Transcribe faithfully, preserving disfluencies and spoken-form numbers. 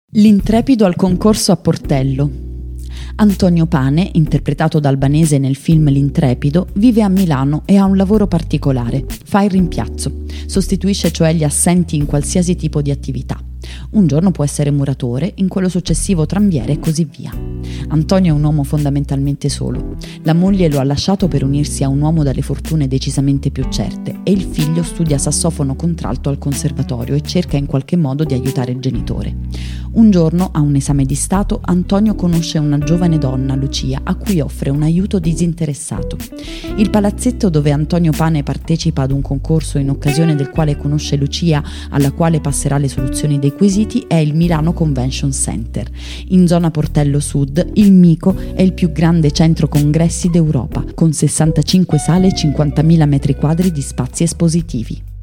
L'intrepido al concorso a Portello. Antonio Pane, interpretato da Albanese nel film L'Intrepido, vive a Milano e ha un lavoro particolare. Fa il rimpiazzo, sostituisce cioè gli assenti in qualsiasi tipo di attività. Un giorno può essere muratore, in quello successivo tramviere e così via. Antonio è un uomo fondamentalmente solo. La moglie lo ha lasciato per unirsi a un uomo dalle fortune decisamente più certe e il figlio studia sassofono contralto al conservatorio e cerca in qualche modo di aiutare il genitore. Un giorno, a un esame di Stato, Antonio conosce una giovane donna, Lucia, a cui offre un aiuto disinteressato. Il palazzetto dove Antonio Pane partecipa ad un concorso in occasione del quale conosce Lucia, alla quale passerà le soluzioni dei quesiti, è il Milano Convention Center. In zona Portello Sud, il Mico è il più grande centro congressi d'Europa, con sessantacinque sale e cinquantamila metri quadri di spazi espositivi.